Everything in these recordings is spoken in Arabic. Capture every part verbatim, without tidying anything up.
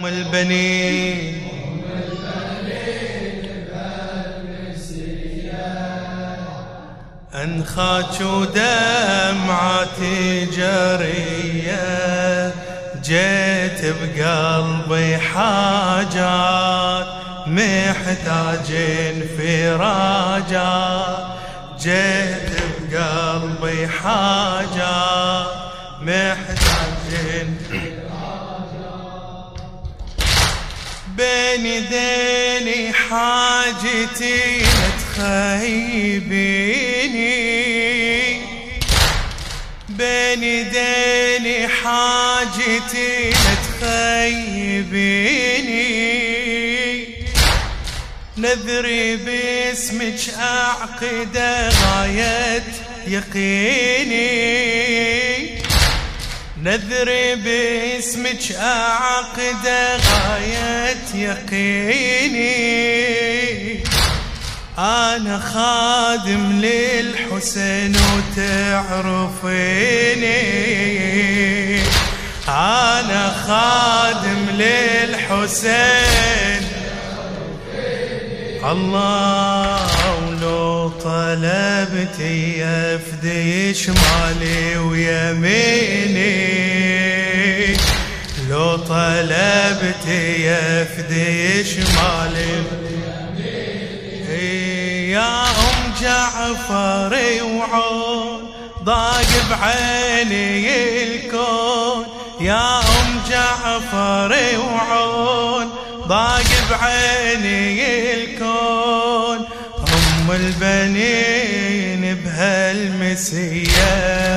أم البنين أنخاك ودمعتي جرية، جيت بقلبي حاجات محتاجين فراجات، جيت بقلبي حاجات محتاجين بين يديني حاجتي تخيبيني، بين يديني حاجتي تخيبيني، نذري باسمك أعقد غاية يقيني، نذري باسمك أعقد غاية يقيني، أنا خادم للحسين وتعرفيني، أنا خادم للحسين الله، ولو طلبتي يفدي شمالي ويميني، لو طلبتي يفدي شمالي ويميني، يا أم جعفر وعون ضاق بعيني الكون، يا أم جعفر وعون ضاق بعيني الكون، أم البنين بهالمسية،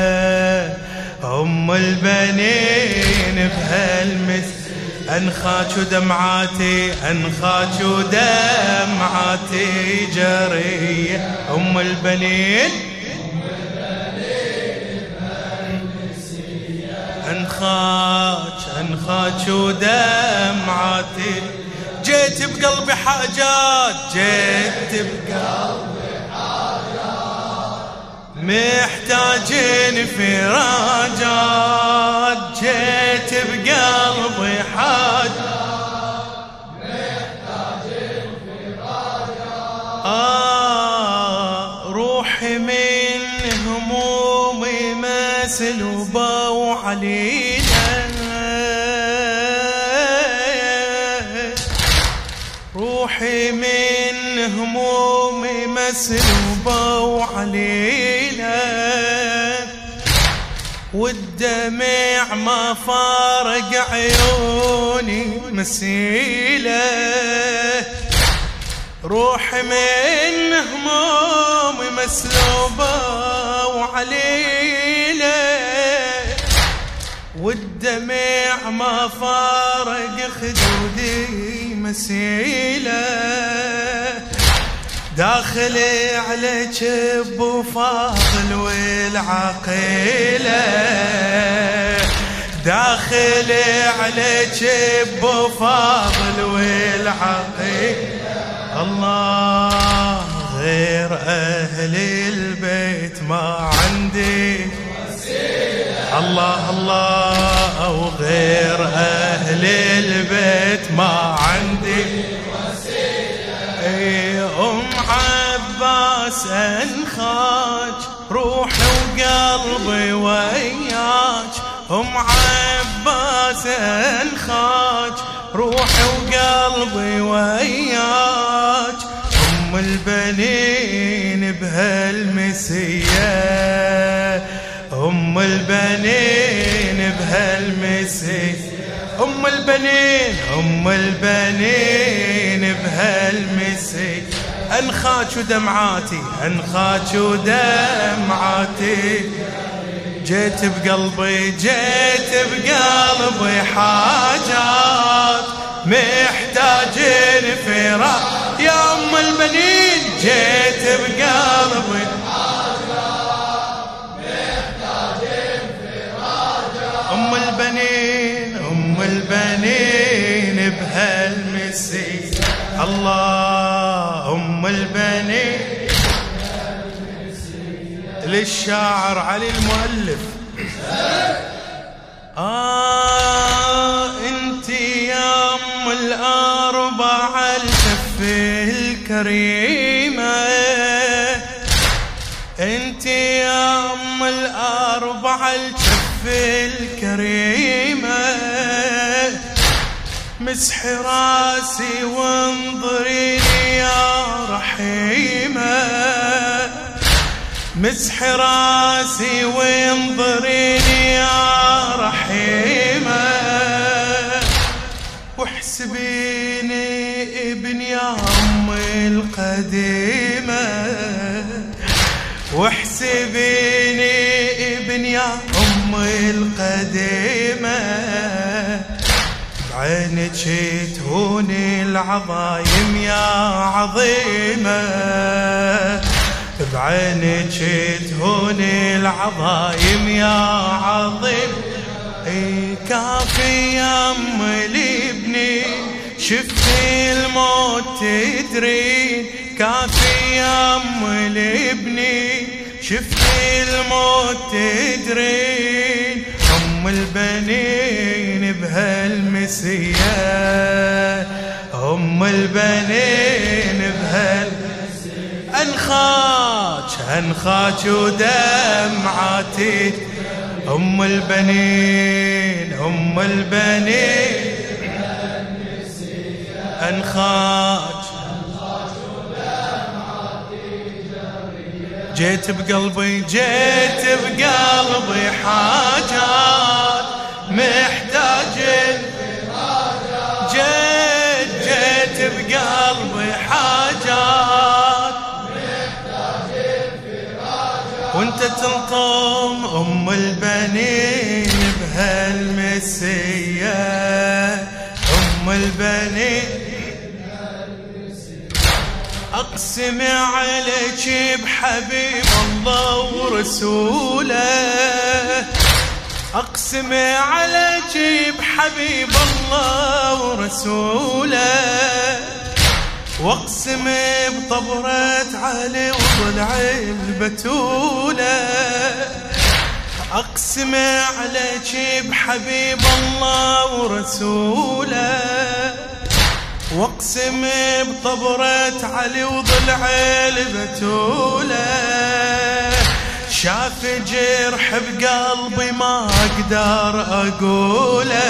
أم البنين بهالمسية، أنخاك ودمعاتي أنخاك ودمعاتي جرية، أم البنين أنخاك أنخاك ودمعاتي، جيت بقلبي حاجات جيت بقلبي حاجات محتاجين فراجات، جيت بقلبي حاجات محتاجين فراجات، آه روحي من همومي مسلوبة وعلينا، روحي من همومي مسلوبة وعلينا، والدمع ما فارق عيوني مسيلة، روحي من همومي مسلوبة وعليلة، والدمع ما فارق خدودي مسيلة، داخلي عليك ابو فاضل والعقيلة، داخلي عليك ابو فاضل والعقيلة، الله غير أهل البيت ما عندي وسيلة، الله الله وغير أهل البيت ما عندي وسيلة، اي أم عباس أنخاك روحي وقلبي وياك، أم عباس أنخاك روحي وقلبي وياك، أم البنين بهالمسية، أم البنين بهالمسية، أم البنين أم البنين بهالمسية، أنخاك ودمعاتي أنخاك ودمعاتي، جيت بقلبي جيت بقلبي حاجات محتاجين فراق، يا أم البنين جيت بقلبي حاجات محتاجين فراق، أم البنين أم البنين بهالمسية، الله أم البنين للشاعر علي المؤلف، آه انت يا الأربعة الكف الكريمة، انت يا ام الأربعة الكف الكريمة، مسحي راسي وانظريني يا رحيمة، مسحي راسي وانظريني يا رحيمة، واحسبيني ابن يا ام القديمة، واحسبيني ابن يا ام القديمة، بعينك تهوني العظايم يا عظيمة، بعينك تهوني العظايم يا عظيم، اي كافي يا ام الابني شفتي الموت تدرين، كافي يا ام الابني شفتي الموت تدرين، ام البنين بهالمسية، ام البنين بهالمسية، انخاج انخاج ودمعاتي، ام البنين ام البنين انخاج، جيت بقلبي جيت بقلبي حاجات محتاج، جيت جيت بقلبي حاجات محتاج، وانت تلطم ام البنين بهالمسية، ام البنين أقسم عليك بحبيب الله ورسوله، أقسم عليك بحبيب الله ورسوله، واقسم بطبرة علي وضلع البتولة، أقسم عليك بحبيب الله ورسوله، واقسم بطبرة علي وضلع البتولة، شاف جرح بقلبي ما اقدر اقوله،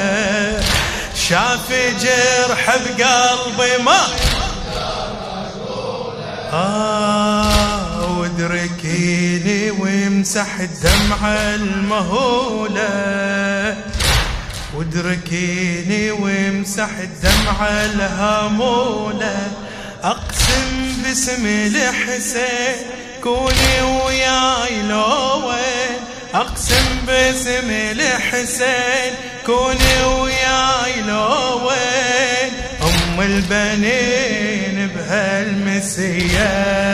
شاف جرح بقلبي ما اقدر اقوله، آه وادركيني وامسح الدمعة المهولة، وادركيني وامسح الدمعة الهمولة، أقسم باسم الحسين كوني وياي لو وين، أقسم باسم الحسين كوني وياي لو وين، أم البنين بهالمسية،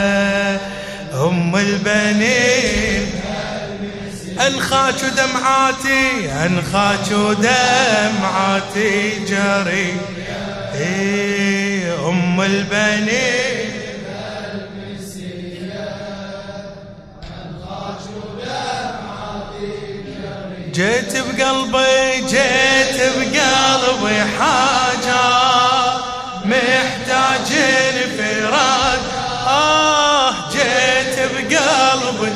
أم البنين انخاج دمعاتي، انخاج دمعاتي جري، ايه ام البنين انخاج دمعاتي جري، جيت بقلبي جيت بقلبي حاجات محتاج انفراد، اه جيت بقلبي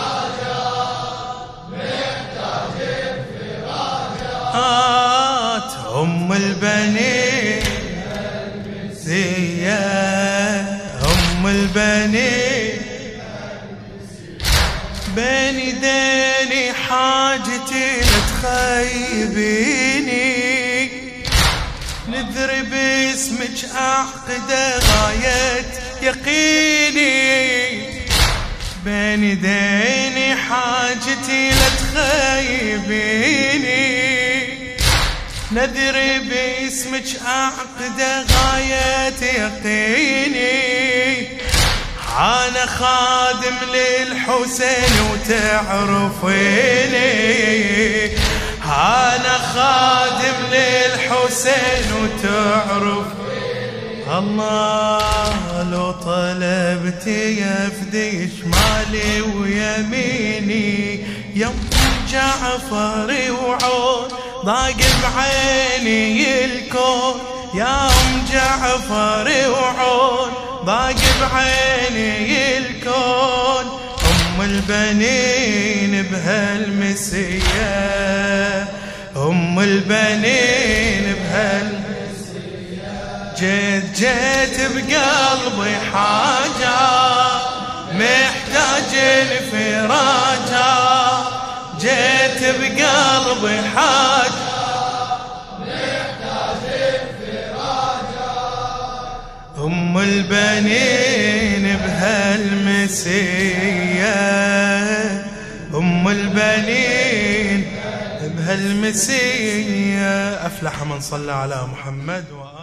أم البنين زي أم البنين، بين يديني حاجتي لا تخيبيني، نذري باسمك أعقد غاية يقيني، بين يديني حاجتي لا تخيبيني، نذري باسمك أعقد غاية يقيني، أنا خادم للحسين وتعرفيني، أنا خادم للحسين وتعرفيني، الله لو طلبتي يفدي شمالي ويميني، يم جعفر وعود ضاق بعيني الكون، يا أم جعفر وعون ضاق بعيني الكون، أم البنين بهالمسية، أم البنين بهالمسية. جيت جيت بقلبي حاجة محتاج الفراجة، جيت بقلبي حاجة محتاج الفراجة. أم البنين بهالمسية، أم البنين بهالمسية. أفلح من صلى على محمد.